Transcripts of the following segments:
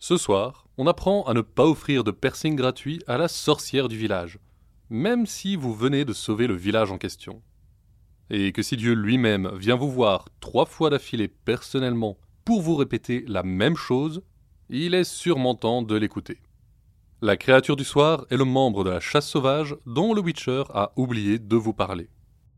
Ce soir, on apprend à ne pas offrir de piercing gratuit à la sorcière du village, même si vous venez de sauver le village en question. Et que si Dieu lui-même vient vous voir 3 fois d'affilée personnellement pour vous répéter la même chose, il est sûrement temps de l'écouter. La créature du soir est le membre de la chasse sauvage dont le Witcher a oublié de vous parler.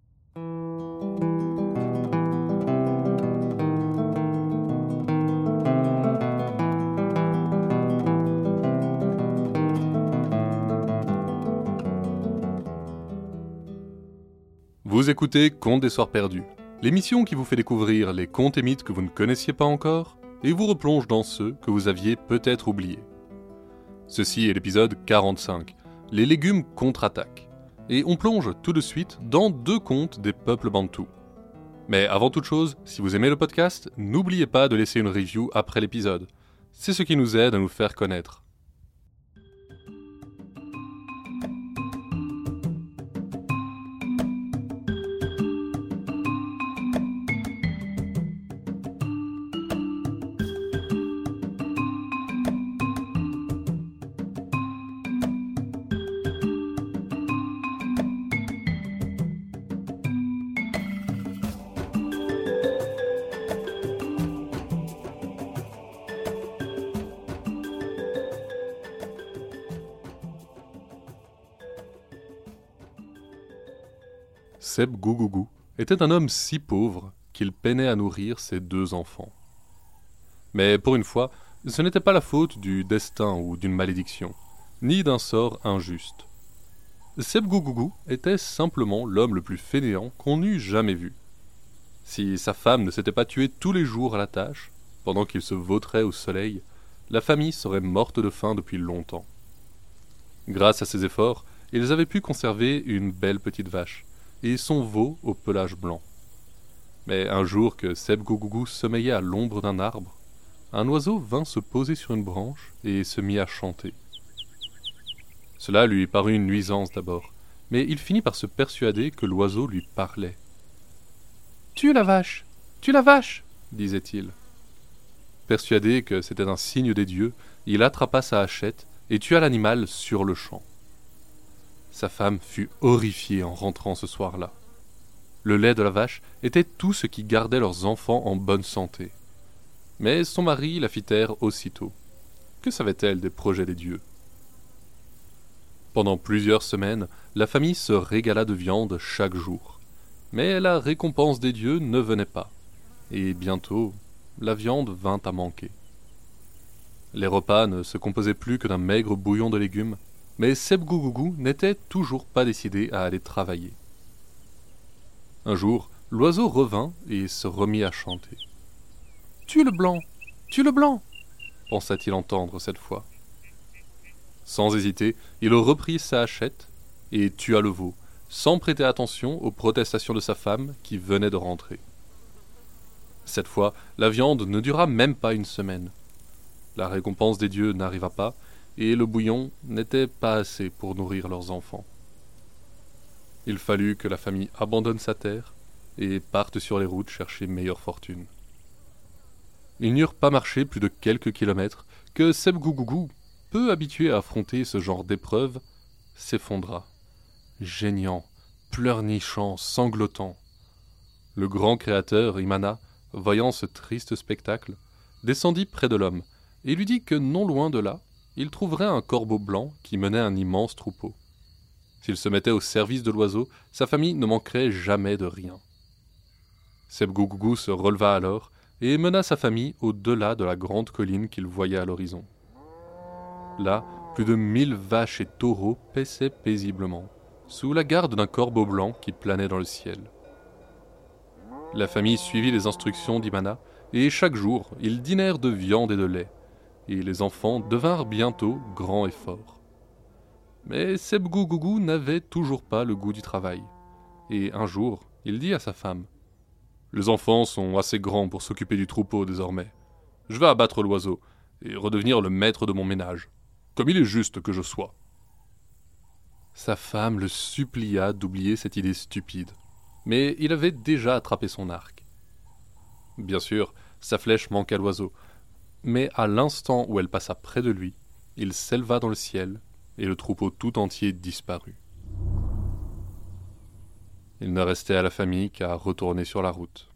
Vous écoutez Contes des Soirs Perdus, l'émission qui vous fait découvrir les contes et mythes que vous ne connaissiez pas encore et vous replonge dans ceux que vous aviez peut-être oubliés. Ceci est l'épisode 45, les légumes contre-attaquent, et on plonge tout de suite dans 2 contes des peuples bantous. Mais avant toute chose, si vous aimez le podcast, n'oubliez pas de laisser une review après l'épisode. C'est ce qui nous aide à nous faire connaître. Seb Gougougou était un homme si pauvre qu'il peinait à nourrir ses 2 enfants. Mais pour une fois, ce n'était pas la faute du destin ou d'une malédiction, ni d'un sort injuste. Seb Gougougou était simplement l'homme le plus fainéant qu'on eût jamais vu. Si sa femme ne s'était pas tuée tous les jours à la tâche, pendant qu'il se vautrait au soleil, la famille serait morte de faim depuis longtemps. Grâce à ses efforts, ils avaient pu conserver une belle petite vache, et son veau au pelage blanc. Mais un jour que Seb Gougougou sommeillait à l'ombre d'un arbre, un oiseau vint se poser sur une branche et se mit à chanter. Cela lui parut une nuisance d'abord, mais il finit par se persuader que l'oiseau lui parlait. « Tue la vache, disait-il. Persuadé que c'était un signe des dieux, il attrapa sa hachette et tua l'animal sur le champ. Sa femme fut horrifiée en rentrant ce soir-là. Le lait de la vache était tout ce qui gardait leurs enfants en bonne santé. Mais son mari la fit taire aussitôt. Que savait-elle des projets des dieux ? Pendant plusieurs semaines, la famille se régala de viande chaque jour. Mais la récompense des dieux ne venait pas. Et bientôt, la viande vint à manquer. Les repas ne se composaient plus que d'un maigre bouillon de légumes, mais Seb Gougougou n'était toujours pas décidé à aller travailler. Un jour, l'oiseau revint et se remit à chanter. « Tue le blanc, pensa-t-il entendre cette fois. Sans hésiter, il reprit sa hachette et tua le veau, sans prêter attention aux protestations de sa femme qui venait de rentrer. Cette fois, la viande ne dura même pas une semaine. La récompense des dieux n'arriva pas, et le bouillon n'était pas assez pour nourrir leurs enfants. Il fallut que la famille abandonne sa terre et parte sur les routes chercher meilleure fortune. Ils n'eurent pas marché plus de quelques kilomètres que Seb Gougougou, peu habitué à affronter ce genre d'épreuve, s'effondra, geignant, pleurnichant, sanglotant. Le grand créateur, Imana, voyant ce triste spectacle, descendit près de l'homme et lui dit que non loin de là, il trouverait un corbeau blanc qui menait un immense troupeau. S'il se mettait au service de l'oiseau, sa famille ne manquerait jamais de rien. Seb Gougougou se releva alors et mena sa famille au-delà de la grande colline qu'il voyait à l'horizon. Là, plus de 1000 vaches et taureaux paissaient paisiblement, sous la garde d'un corbeau blanc qui planait dans le ciel. La famille suivit les instructions d'Imana, et chaque jour, ils dînèrent de viande et de lait, et les enfants devinrent bientôt grands et forts. Mais Seb Gougougou n'avait toujours pas le goût du travail, et un jour, il dit à sa femme « Les enfants sont assez grands pour s'occuper du troupeau désormais. Je vais abattre l'oiseau, et redevenir le maître de mon ménage, comme il est juste que je sois. » Sa femme le supplia d'oublier cette idée stupide, mais il avait déjà attrapé son arc. Bien sûr, sa flèche manqua l'oiseau, Mais à l'instant où elle passa près de lui, il s'éleva dans le ciel et le troupeau tout entier disparut. Il ne restait à la famille qu'à retourner sur la route.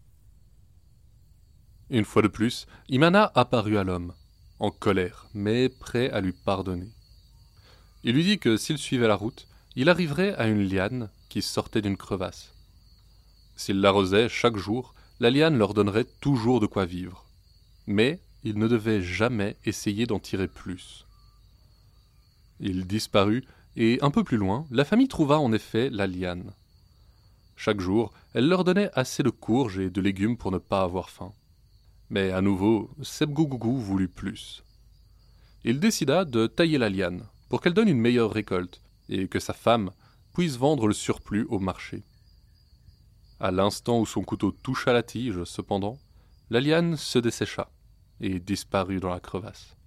Une fois de plus, Imana apparut à l'homme, en colère, mais prêt à lui pardonner. Il lui dit que s'il suivait la route, il arriverait à une liane qui sortait d'une crevasse. S'il l'arrosait chaque jour, la liane leur donnerait toujours de quoi vivre. Mais il ne devait jamais essayer d'en tirer plus. Il disparut, et un peu plus loin, la famille trouva en effet la liane. Chaque jour, elle leur donnait assez de courges et de légumes pour ne pas avoir faim. Mais à nouveau, Sebgougougou voulut plus. Il décida de tailler la liane pour qu'elle donne une meilleure récolte et que sa femme puisse vendre le surplus au marché. À l'instant où son couteau toucha la tige, cependant, la liane se dessécha et disparut dans la crevasse.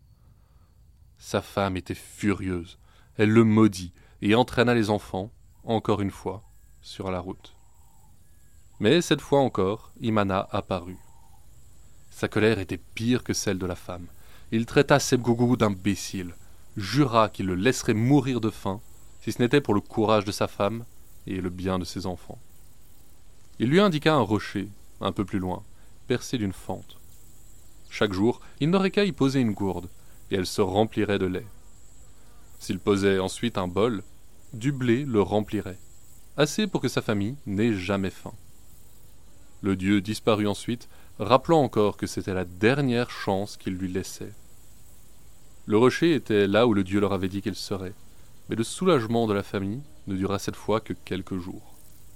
Sa femme était furieuse. Elle le maudit et entraîna les enfants, encore une fois, sur la route. Mais cette fois encore, Imana apparut. Sa colère était pire que celle de la femme. Il traita Sebgougougou d'imbécile, jura qu'il le laisserait mourir de faim, si ce n'était pour le courage de sa femme et le bien de ses enfants. Il lui indiqua un rocher, un peu plus loin, percé d'une fente. Chaque jour, il n'aurait qu'à y poser une gourde, et elle se remplirait de lait. S'il posait ensuite un bol, du blé le remplirait, assez pour que sa famille n'ait jamais faim. Le dieu disparut ensuite, rappelant encore que c'était la dernière chance qu'il lui laissait. Le rocher était là où le dieu leur avait dit qu'il serait, mais le soulagement de la famille ne dura cette fois que quelques jours.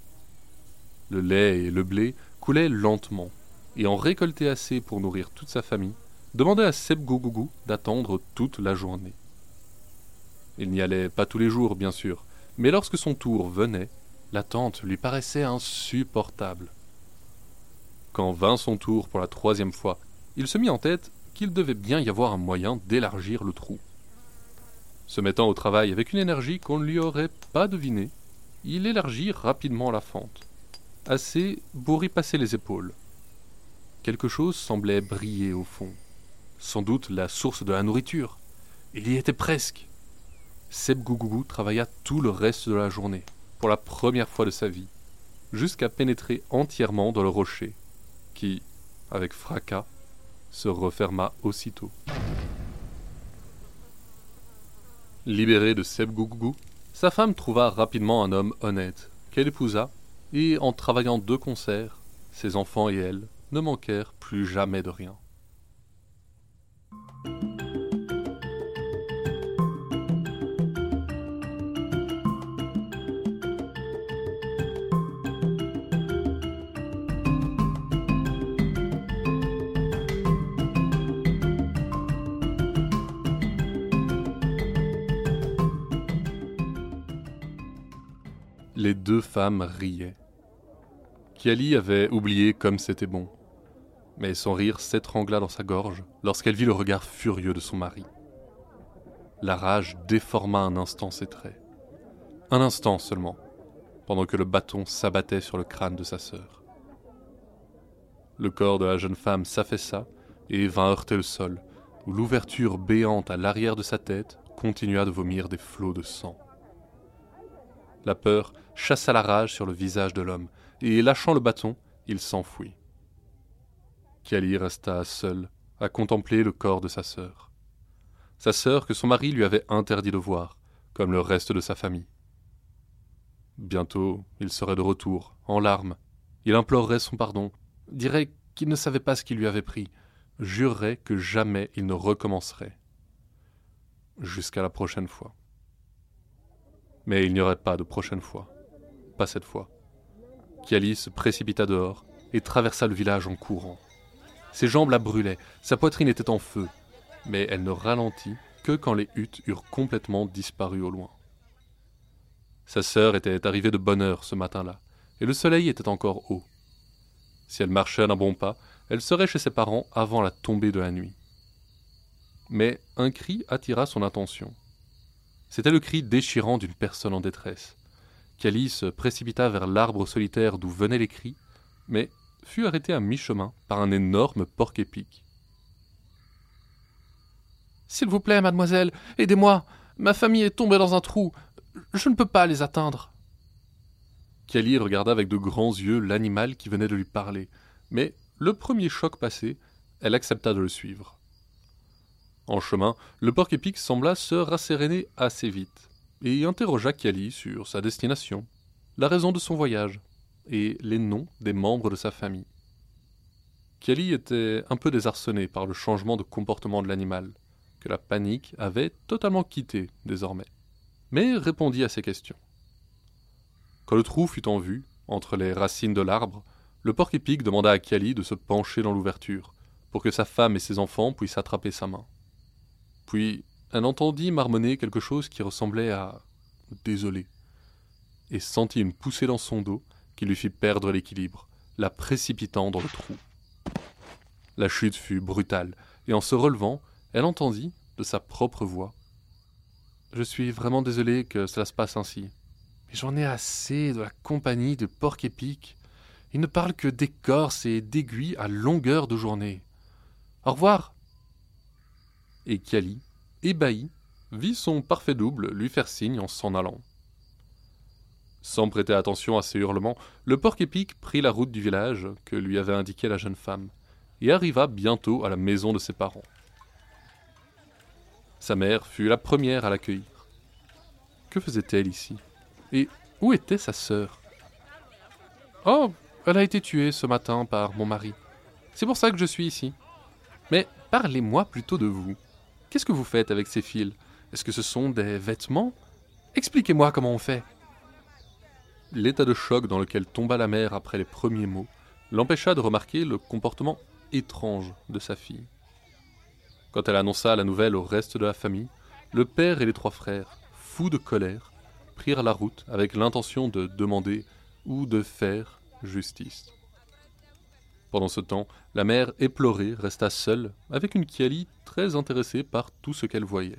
Le lait et le blé coulaient lentement, et en récolter assez pour nourrir toute sa famille, demandait à Sebgougougou d'attendre toute la journée. Il n'y allait pas tous les jours, bien sûr, mais lorsque son tour venait, l'attente lui paraissait insupportable. Quand vint son tour pour la 3e fois, il se mit en tête qu'il devait bien y avoir un moyen d'élargir le trou. Se mettant au travail avec une énergie qu'on ne lui aurait pas devinée, il élargit rapidement la fente, assez pour y passer les épaules. Quelque chose semblait briller au fond. Sans doute la source de la nourriture. Il y était presque. Sebgougougou travailla tout le reste de la journée, pour la première fois de sa vie, jusqu'à pénétrer entièrement dans le rocher, qui, avec fracas, se referma aussitôt. Libérée de Sebgougougou, sa femme trouva rapidement un homme honnête, qu'elle épousa, et en travaillant de concert, ses enfants et elle ne manquèrent plus jamais de rien. Les 2 femmes riaient. Kiali avait oublié comme c'était bon, mais son rire s'étrangla dans sa gorge lorsqu'elle vit le regard furieux de son mari. La rage déforma un instant ses traits. Un instant seulement, pendant que le bâton s'abattait sur le crâne de sa sœur. Le corps de la jeune femme s'affaissa et vint heurter le sol, où l'ouverture béante à l'arrière de sa tête continua de vomir des flots de sang. La peur chassa la rage sur le visage de l'homme, et lâchant le bâton, il s'enfuit. Kiali resta seule à contempler le corps de sa sœur. Sa sœur que son mari lui avait interdit de voir, comme le reste de sa famille. Bientôt, il serait de retour, en larmes. Il implorerait son pardon, dirait qu'il ne savait pas ce qui lui avait pris, jurerait que jamais il ne recommencerait. Jusqu'à la prochaine fois. Mais il n'y aurait pas de prochaine fois. Pas cette fois. Kiali se précipita dehors et traversa le village en courant. Ses jambes la brûlaient, sa poitrine était en feu, mais elle ne ralentit que quand les huttes eurent complètement disparu au loin. Sa sœur était arrivée de bonne heure ce matin-là, et le soleil était encore haut. Si elle marchait d'un bon pas, elle serait chez ses parents avant la tombée de la nuit. Mais un cri attira son attention. C'était le cri déchirant d'une personne en détresse. Kiali se précipita vers l'arbre solitaire d'où venaient les cris, mais fut arrêté à mi-chemin par un énorme porc-épic. S'il vous plaît, mademoiselle, aidez-moi. Ma famille est tombée dans un trou. Je ne peux pas les atteindre. » Cali regarda avec de grands yeux l'animal qui venait de lui parler, mais le premier choc passé, elle accepta de le suivre. En chemin, le porc-épic sembla se rasséréner assez vite, et interrogea Cali sur sa destination, la raison de son voyage, et les noms des membres de sa famille. Cali était un peu désarçonné par le changement de comportement de l'animal, que la panique avait totalement quitté désormais, mais répondit à ses questions. Quand le trou fut en vue, entre les racines de l'arbre, le porc-épic demanda à Cali de se pencher dans l'ouverture, pour que sa femme et ses enfants puissent attraper sa main. Puis, elle entendit marmonner quelque chose qui ressemblait à « désolé », et sentit une poussée dans son dos qui lui fit perdre l'équilibre, la précipitant dans le trou. La chute fut brutale, et en se relevant, elle entendit, de sa propre voix, « Je suis vraiment désolé que cela se passe ainsi. Mais j'en ai assez de la compagnie de porc-épic. Ils ne parlent que d'écorces et d'aiguilles à longueur de journée. Au revoir !» Et Cali, ébahi, vit son parfait double lui faire signe en s'en allant. Sans prêter attention à ses hurlements, le porc-épic prit la route du village que lui avait indiqué la jeune femme, et arriva bientôt à la maison de ses parents. Sa mère fut la première à l'accueillir. Que faisait-elle ici? Et où était sa sœur? « Oh, elle a été tuée ce matin par mon mari. C'est pour ça que je suis ici. Mais parlez-moi plutôt de vous. Qu'est-ce que vous faites avec ces fils? Est-ce que ce sont des vêtements? Expliquez-moi comment on fait. » L'état de choc dans lequel tomba la mère après les premiers mots l'empêcha de remarquer le comportement étrange de sa fille. Quand elle annonça la nouvelle au reste de la famille, le père et les 3 frères, fous de colère, prirent la route avec l'intention de demander ou de faire justice. Pendant ce temps, la mère éplorée resta seule avec une Cali très intéressée par tout ce qu'elle voyait.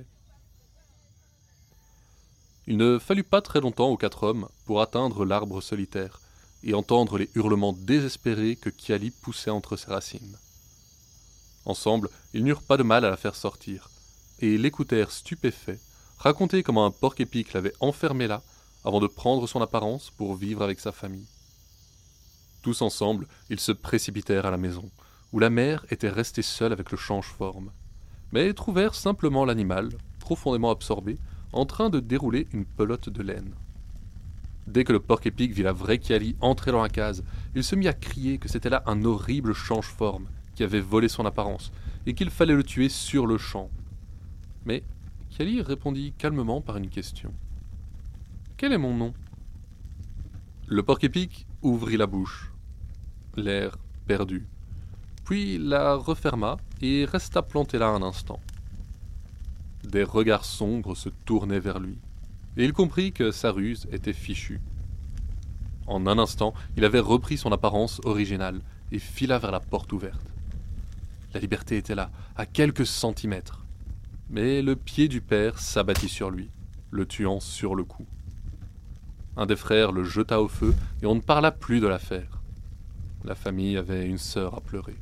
Il ne fallut pas très longtemps aux 4 hommes pour atteindre l'arbre solitaire et entendre les hurlements désespérés que Cali poussait entre ses racines. Ensemble, ils n'eurent pas de mal à la faire sortir, et l'écoutèrent stupéfaits raconter comment un porc-épic l'avait enfermé là avant de prendre son apparence pour vivre avec sa famille. Tous ensemble, ils se précipitèrent à la maison, où la mère était restée seule avec le change-forme, mais trouvèrent simplement l'animal, profondément absorbé, en train de dérouler une pelote de laine. Dès que le porc-épic vit la vraie Cali entrer dans la case, il se mit à crier que c'était là un horrible change-forme qui avait volé son apparence, et qu'il fallait le tuer sur le champ. Mais Cali répondit calmement par une question. « Quel est mon nom ?» Le porc-épic ouvrit la bouche, l'air perdu, puis la referma et resta planté là un instant. Des regards sombres se tournaient vers lui, et il comprit que sa ruse était fichue. En un instant, il avait repris son apparence originale et fila vers la porte ouverte. La liberté était là, à quelques centimètres. Mais le pied du père s'abattit sur lui, le tuant sur le coup. Un des frères le jeta au feu et on ne parla plus de l'affaire. La famille avait une sœur à pleurer.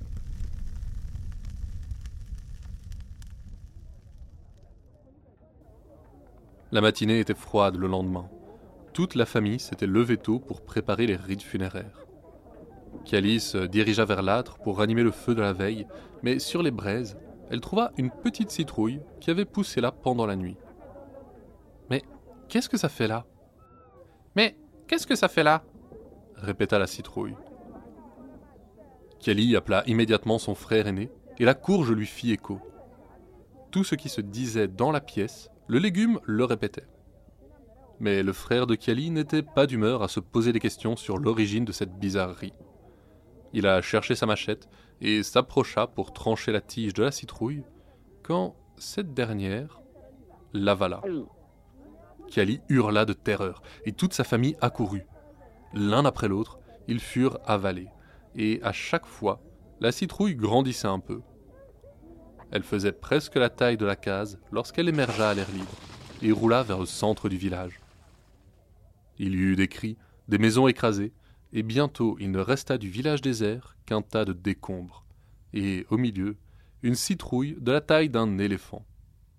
La matinée était froide le lendemain. Toute la famille s'était levée tôt pour préparer les rites funéraires. Cali se dirigea vers l'âtre pour ranimer le feu de la veille, mais sur les braises, elle trouva une petite citrouille qui avait poussé là pendant la nuit. « Mais qu'est-ce que ça fait là ?»« Mais qu'est-ce que ça fait là ?» répéta la citrouille. Cali appela immédiatement son frère aîné, et la courge lui fit écho. Tout ce qui se disait dans la pièce, le légume le répétait. Mais le frère de Cali n'était pas d'humeur à se poser des questions sur l'origine de cette bizarrerie. Il a cherché sa machette et s'approcha pour trancher la tige de la citrouille, quand cette dernière l'avala. Cali hurla de terreur, et toute sa famille accourut. L'un après l'autre, ils furent avalés, et à chaque fois, la citrouille grandissait un peu. Elle faisait presque la taille de la case lorsqu'elle émergea à l'air libre, et roula vers le centre du village. Il y eut des cris, des maisons écrasées, et bientôt il ne resta du village désert qu'un tas de décombres, et au milieu, une citrouille de la taille d'un éléphant.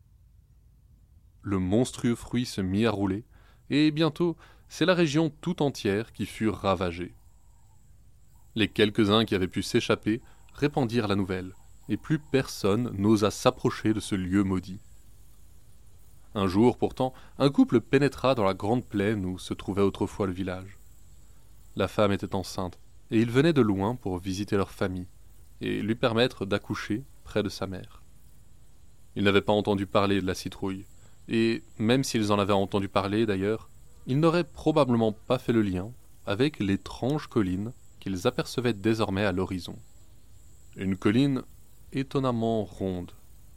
le monstrueux fruit se mit à rouler, et bientôt, c'est la région tout entière qui fut ravagée. Les quelques-uns qui avaient pu s'échapper répandirent la nouvelle, et plus personne n'osa s'approcher de ce lieu maudit. Un jour, pourtant, un couple pénétra dans la grande plaine où se trouvait autrefois le village. La femme était enceinte, et ils venaient de loin pour visiter leur famille, et lui permettre d'accoucher près de sa mère. Ils n'avaient pas entendu parler de la citrouille, et même s'ils en avaient entendu parler d'ailleurs, ils n'auraient probablement pas fait le lien avec l'étrange colline qu'ils apercevaient désormais à l'horizon. Une colline étonnamment ronde.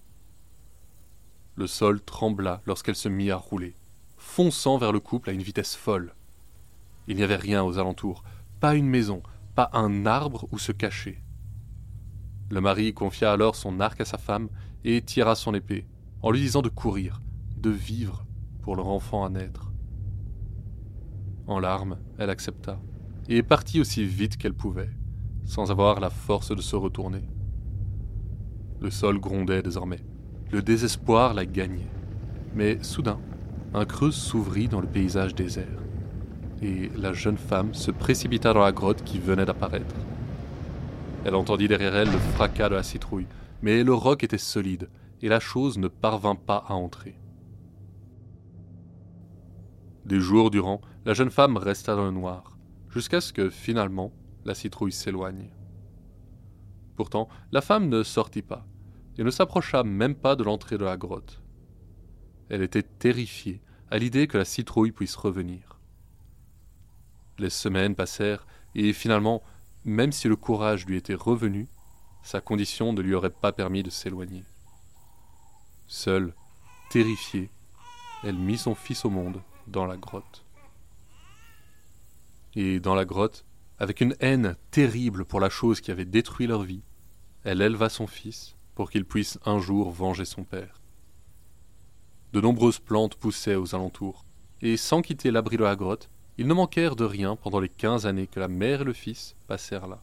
Le sol trembla lorsqu'elle se mit à rouler, fonçant vers le couple à une vitesse folle. Il n'y avait rien aux alentours, pas une maison, pas un arbre où se cacher. Le mari confia alors son arc à sa femme et tira son épée, en lui disant de courir, de vivre pour leur enfant à naître. En larmes, elle accepta, et partit aussi vite qu'elle pouvait, sans avoir la force de se retourner. Le sol grondait désormais, le désespoir la gagnait. Mais soudain, un creux s'ouvrit dans le paysage désert, et la jeune femme se précipita dans la grotte qui venait d'apparaître. Elle entendit derrière elle le fracas de la citrouille, mais le roc était solide, et la chose ne parvint pas à entrer. Des jours durant, la jeune femme resta dans le noir, jusqu'à ce que, finalement, la citrouille s'éloigne. Pourtant, la femme ne sortit pas, et ne s'approcha même pas de l'entrée de la grotte. Elle était terrifiée à l'idée que la citrouille puisse revenir. Les semaines passèrent, et finalement, même si le courage lui était revenu, sa condition ne lui aurait pas permis de s'éloigner. Seule, terrifiée, elle mit son fils au monde dans la grotte. Et dans la grotte, avec une haine terrible pour la chose qui avait détruit leur vie, elle éleva son fils pour qu'il puisse un jour venger son père. De nombreuses plantes poussaient aux alentours, et sans quitter l'abri de la grotte, ils ne manquèrent de rien pendant les 15 années que la mère et le fils passèrent là.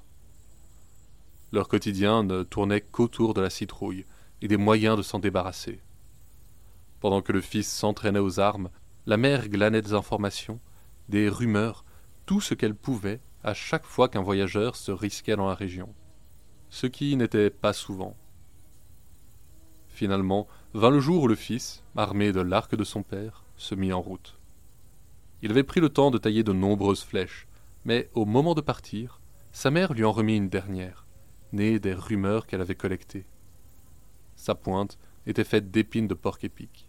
Leur quotidien ne tournait qu'autour de la citrouille et des moyens de s'en débarrasser. Pendant que le fils s'entraînait aux armes, la mère glanait des informations, des rumeurs, tout ce qu'elle pouvait à chaque fois qu'un voyageur se risquait dans la région. Ce qui n'était pas souvent. Finalement, vint le jour où le fils, armé de l'arc de son père, se mit en route. Il avait pris le temps de tailler de nombreuses flèches, mais au moment de partir, sa mère lui en remit une dernière, née des rumeurs qu'elle avait collectées. Sa pointe était faite d'épines de porc-épic.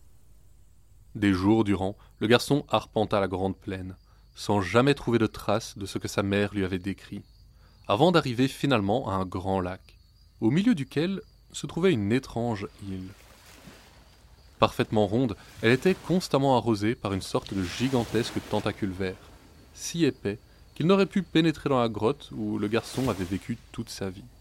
Des jours durant, le garçon arpenta la grande plaine, sans jamais trouver de traces de ce que sa mère lui avait décrit, avant d'arriver finalement à un grand lac, au milieu duquel se trouvait une étrange île. Parfaitement ronde, elle était constamment arrosée par une sorte de gigantesque tentacule vert, si épais qu'il n'aurait pu pénétrer dans la grotte où le garçon avait vécu toute sa vie.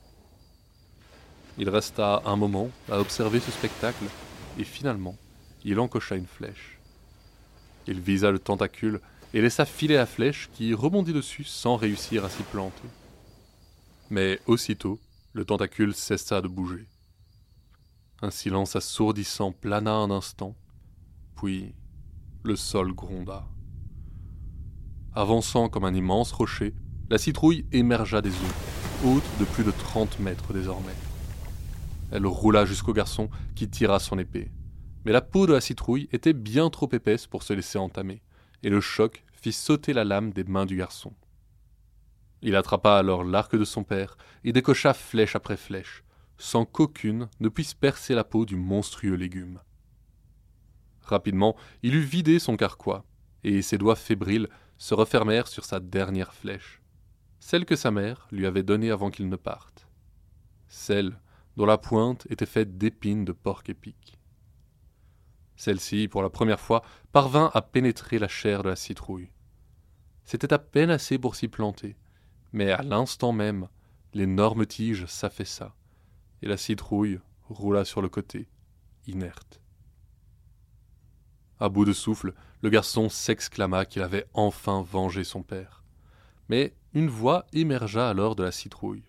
Il resta un moment à observer ce spectacle, et finalement, il encocha une flèche. Il visa le tentacule et laissa filer la flèche qui rebondit dessus sans réussir à s'y planter. Mais aussitôt, le tentacule cessa de bouger. Un silence assourdissant plana un instant, puis le sol gronda. Avançant comme un immense rocher, la citrouille émergea des eaux, haute de plus de 30 mètres désormais. Elle roula jusqu'au garçon qui tira son épée. Mais la peau de la citrouille était bien trop épaisse pour se laisser entamer, et le choc fit sauter la lame des mains du garçon. Il attrapa alors l'arc de son père et décocha flèche après flèche, sans qu'aucune ne puisse percer la peau du monstrueux légume. Rapidement, il eut vidé son carquois, et ses doigts fébriles se refermèrent sur sa dernière flèche, celle que sa mère lui avait donnée avant qu'il ne parte, celle dont la pointe était faite d'épines de porc-épic. Celle-ci, pour la première fois, parvint à pénétrer la chair de la citrouille. C'était à peine assez pour s'y planter, mais à l'instant même, l'énorme tige s'affaissa, et la citrouille roula sur le côté, inerte. À bout de souffle, le garçon s'exclama qu'il avait enfin vengé son père. Mais une voix émergea alors de la citrouille.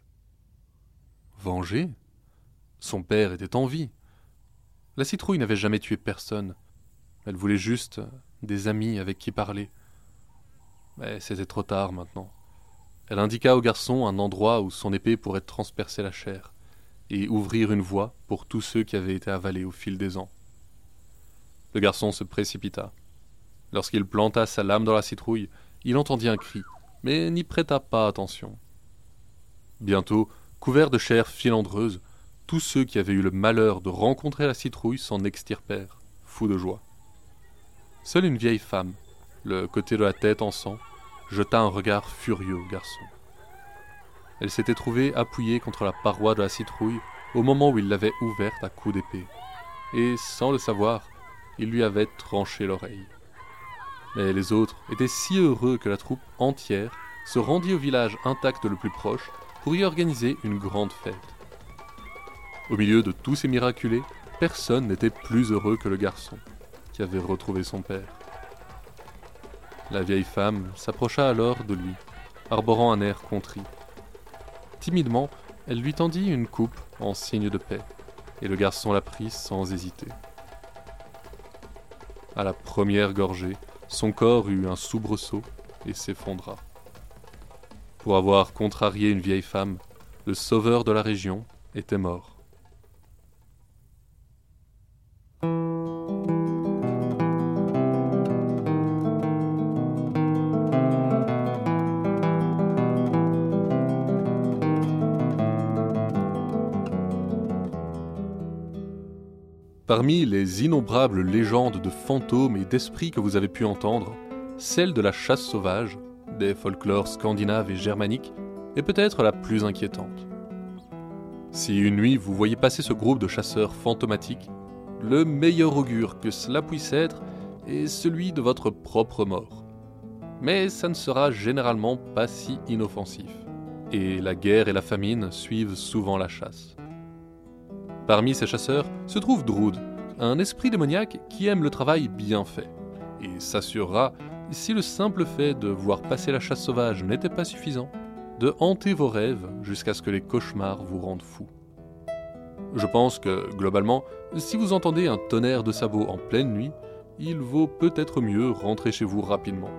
Venger ? Son père était en vie. La citrouille n'avait jamais tué personne, Elle voulait juste des amis avec qui parler. Mais c'était trop tard maintenant. Elle indiqua au garçon un endroit où son épée pourrait transpercer la chair et ouvrir une voie pour tous ceux qui avaient été avalés au fil des ans. Le garçon se précipita. Lorsqu'il planta sa lame dans la citrouille, il entendit un cri, mais n'y prêta pas attention. Bientôt, couverts de chair filandreuse, tous ceux qui avaient eu le malheur de rencontrer la citrouille s'en extirpèrent, fous de joie. Seule une vieille femme, le côté de la tête en sang, jeta un regard furieux au garçon. Elle s'était trouvée appuyée contre la paroi de la citrouille au moment où il l'avait ouverte à coups d'épée, et, sans le savoir, il lui avait tranché l'oreille. Mais les autres étaient si heureux que la troupe entière se rendit au village intact le plus proche pour y organiser une grande fête. Au milieu de tous ces miraculés, personne n'était plus heureux que le garçon, qui avait retrouvé son père. La vieille femme s'approcha alors de lui, arborant un air contrit. Timidement, elle lui tendit une coupe en signe de paix, et le garçon la prit sans hésiter. À la première gorgée, son corps eut un soubresaut et s'effondra. Pour avoir contrarié une vieille femme, le sauveur de la région était mort. Parmi les innombrables légendes de fantômes et d'esprits que vous avez pu entendre, celle de la chasse sauvage, des folklores scandinaves et germaniques, est peut-être la plus inquiétante. Si une nuit vous voyez passer ce groupe de chasseurs fantomatiques, le meilleur augure que cela puisse être est celui de votre propre mort. Mais ça ne sera généralement pas si inoffensif, et la guerre et la famine suivent souvent la chasse. Parmi ces chasseurs se trouve Drood, un esprit démoniaque qui aime le travail bien fait, et s'assurera, si le simple fait de voir passer la chasse sauvage n'était pas suffisant, de hanter vos rêves jusqu'à ce que les cauchemars vous rendent fous. Je pense que, globalement, si vous entendez un tonnerre de sabots en pleine nuit, il vaut peut-être mieux rentrer chez vous rapidement.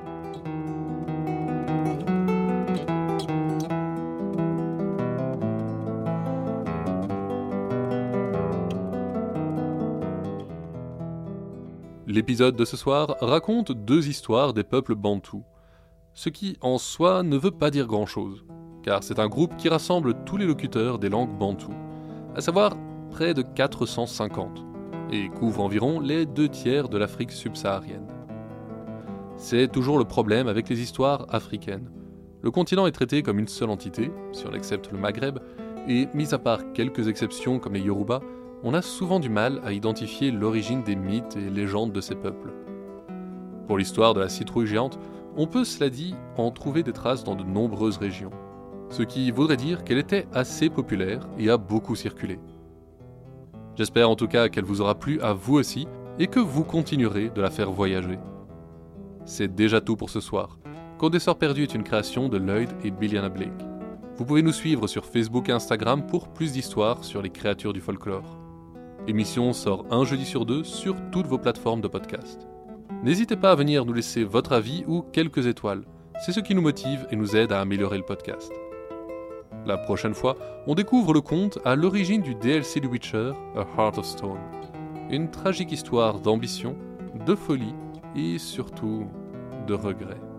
L'épisode de ce soir raconte 2 histoires des peuples bantous, ce qui en soi ne veut pas dire grand-chose, car c'est un groupe qui rassemble tous les locuteurs des langues bantous, à savoir près de 450, et couvre environ les 2/3 de l'Afrique subsaharienne. C'est toujours le problème avec les histoires africaines. Le continent est traité comme une seule entité, si on accepte le Maghreb, et mis à part quelques exceptions comme les Yoruba, on a souvent du mal à identifier l'origine des mythes et légendes de ces peuples. Pour l'histoire de la citrouille géante, on peut, cela dit, en trouver des traces dans de nombreuses régions, ce qui voudrait dire qu'elle était assez populaire et a beaucoup circulé. J'espère en tout cas qu'elle vous aura plu à vous aussi et que vous continuerez de la faire voyager. C'est déjà tout pour ce soir. Côte des Sorts Perdus est une création de Lloyd et Billiana Blake. Vous pouvez nous suivre sur Facebook et Instagram pour plus d'histoires sur les créatures du folklore. L'émission sort un jeudi sur 2 sur toutes vos plateformes de podcast. N'hésitez pas à venir nous laisser votre avis ou quelques étoiles. C'est ce qui nous motive et nous aide à améliorer le podcast. La prochaine fois, on découvre le conte à l'origine du DLC du Witcher, A Heart of Stone. Une tragique histoire d'ambition, de folie et surtout de regret.